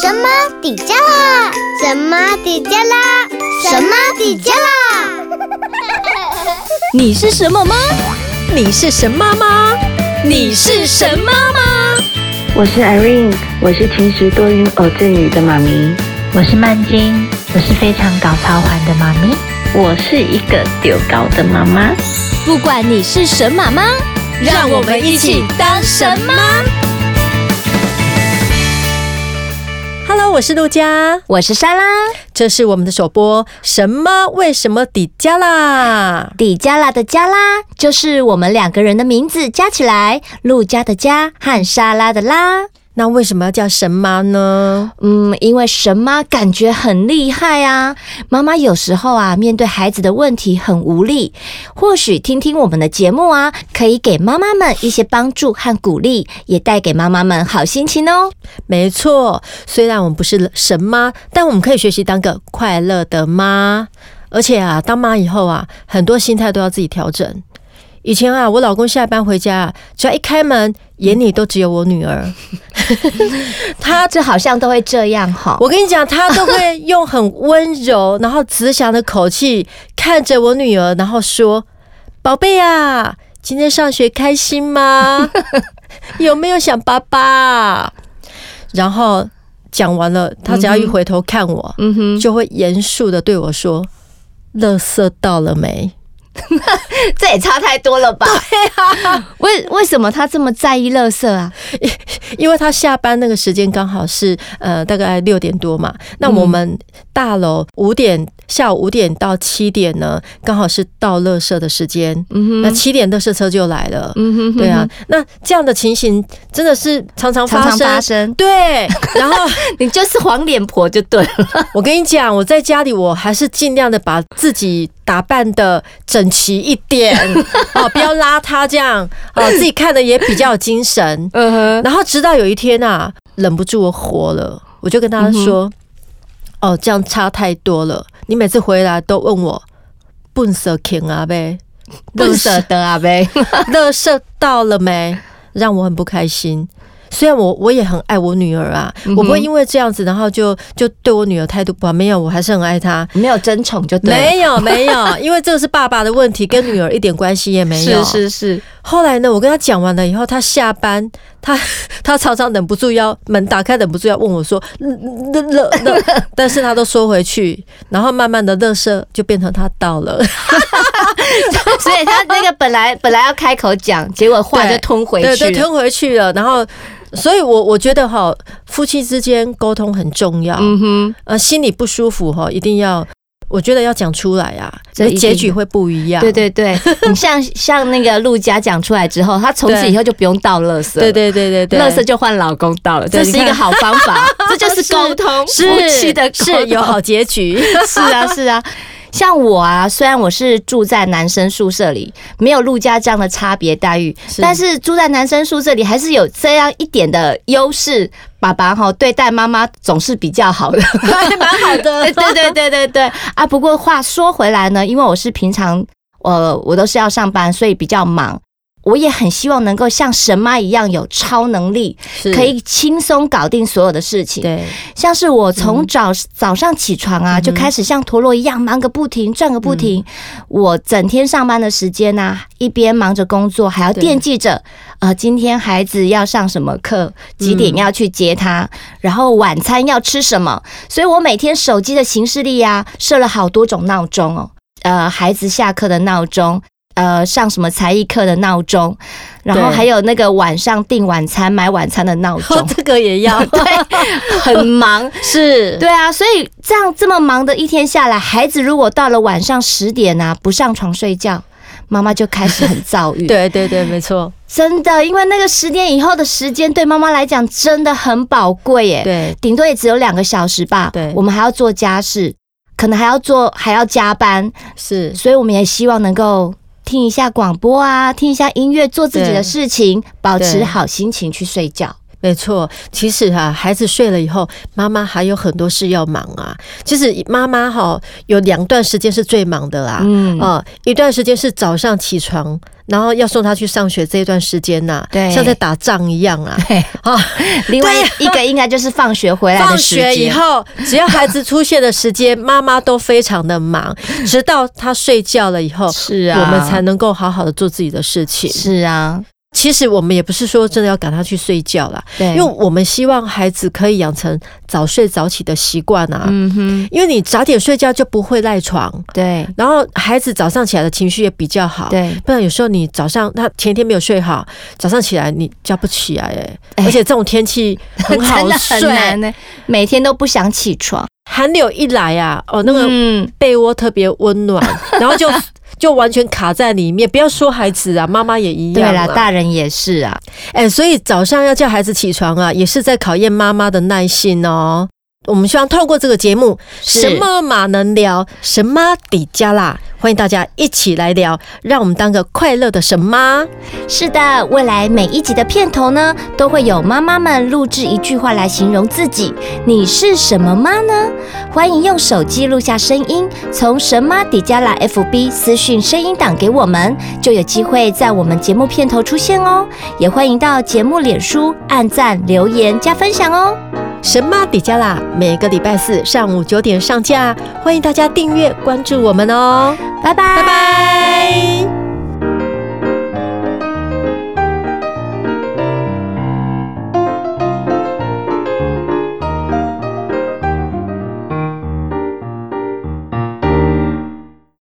神马底加拉？神马底加拉？神马底加拉？ 你是什么吗？你是神妈吗？你是神妈吗？ 我是 Irene， 我是晴时多云偶阵雨的妈咪。 我是曼晶，我是非常搞超环的妈咪。 我是一个丢高的妈妈。 不管你是神妈妈，让我们一起当神妈。 Hello， 我是陆佳， 我是莎拉， 这是我们的首播。神妈为什么底加拉？ 底加拉的加拉就是我们两个人的名字加起来，陆佳的佳和莎拉的拉。 那为什么要叫神妈呢？ 因为神妈感觉很厉害啊。妈妈有时候啊，面对孩子的问题很无力，或许听听我们的节目啊，可以给妈妈们一些帮助和鼓励，也带给妈妈们好心情哦。 没错，虽然我们不是神妈，但我们可以学习当个快乐的妈。而且啊，当妈以后啊，很多心态都要自己调整。以前啊，我老公下班回家，只要一开门，眼里都只有我女儿。 他这好像都会这样哈。 我跟你讲，他都会用很温柔，然后慈祥的口气看着我女儿，然后说：“宝贝啊，今天上学开心吗？有没有想爸爸？”然后讲完了，他只要一回头看我，就会严肃的对我说：“垃圾到了没？” 这也差太多了吧？对啊，为什么他这么在意垃圾啊？ 因为他下班那个时间刚好是大概6点多嘛。那我们大楼下午5点到7点呢，刚好是倒垃圾的时间。那7点垃圾车就来了。对啊，那这样的情形真的是常常发生。对，然后你就是黄脸婆就对了。 我跟你讲，我在家里我还是尽量的把自己打扮的整齐一点不要邋遢这样自己看的也比较有精神。然后直到有一天啊，忍不住我火了，我就跟他说：“这样差太多了，你每次回来都问我笨色king啊呗， 笨色的啊呗， 垃圾到了没？让我很不开心。”虽然我也很爱我女儿啊，我不会因为这样子，然后就对我女儿态度不好。没有，我还是很爱她， 没有争宠就对了。 没有，因为这个是爸爸的问题，跟女儿一点关系也没有。 是。 后来呢，我跟他讲完了以后，他下班，他常常忍不住要门打开，忍不住要问我说但是他都收回去，然后慢慢的垃圾就变成他倒了。 所以他那个本来要开口讲，结果话就吞回去， 对，吞回去了。然后，所以我觉得夫妻之间沟通很重要。心里不舒服一定要。我觉得要讲出来啊，结局会不一样。 对，你像那个陆家讲出来之后，他从此以后就不用倒垃圾。对，垃圾就换老公倒了，这是一个好方法。这就是沟通，夫妻的沟通是有好结局。 是啊。像我啊，虽然我是住在男生宿舍里，没有陆家这样的差别待遇，但是住在男生宿舍里还是有这样一点的优势。爸爸对待妈妈总是比较好的， 还蛮好的。 对啊。不过话说回来呢，因为我是平常我都是要上班，所以比较忙。我也很希望能够像神妈一样有超能力，可以轻松搞定所有的事情。对，像是我从早上起床啊，就开始像陀螺一样忙个不停，转个不停。我整天上班的时间啊，一边忙着工作，还要惦记着今天孩子要上什么课，几点要去接他，然后晚餐要吃什么。所以我每天手机的行事历啊，设了好多种闹钟孩子下课的闹钟。上什么才艺课的闹钟，然后还有那个晚上订晚餐、买晚餐的闹钟， 这个也要， 对，很忙， 是， 对啊，所以这么忙的一天下来，孩子如果到了晚上10点啊不上床睡觉，妈妈就开始很躁郁。 对，没错， 真的，因为那个10点以后的时间对妈妈来讲真的很宝贵耶， 对， 顶多也只有2个小时吧，对，我们还要做家事，可能还要加班， 是， 所以我们也希望能够听一下广播啊，听一下音乐，做自己的事情，保持好心情去睡觉。 没错，其实孩子睡了以后，妈妈还有很多事要忙啊。其实妈妈有2段时间是最忙的啦，一段时间是早上起床，然后要送他去上学这一段时间呐， 对， 像在打仗一样啊。 另外一个应该就是放学回来的时间。 放学以后，只要孩子出现的时间，妈妈都非常的忙，直到他睡觉了以后， 是啊， 我们才能够好好的做自己的事情。 是啊。 其实我们也不是说真的要赶他去睡觉啦， 对， 因为我们希望孩子可以养成早睡早起的习惯啊。因为你早点睡觉就不会赖床， 对， 然后孩子早上起来的情绪也比较好， 对， 不然有时候你早上他前天没有睡好，早上起来你叫不起来而且这种天气很好睡， 真的很难每天都不想起床。 寒流一来啊，那个被窝特别温暖，然后就完全卡在里面。不要说孩子啊，妈妈也一样。 对啦，大人也是啊。 所以早上要叫孩子起床啊，也是在考验妈妈的耐心哦。我们希望透过这个节目，什么马能聊，什么底加啦，欢迎大家一起来聊，让我们当个快乐的神妈。 是的，未来每一集的片头呢，都会有妈妈们录制一句话来形容自己。你是什么妈呢？欢迎用手机录下声音，从神妈底加啦 FB 私讯声音档给我们，就有机会在我们节目片头出现哦。也欢迎到节目脸书按赞、留言、加分享哦。 神妈底加啦，每个礼拜4上午9点上架，欢迎大家订阅关注我们哦。 拜拜， 拜拜。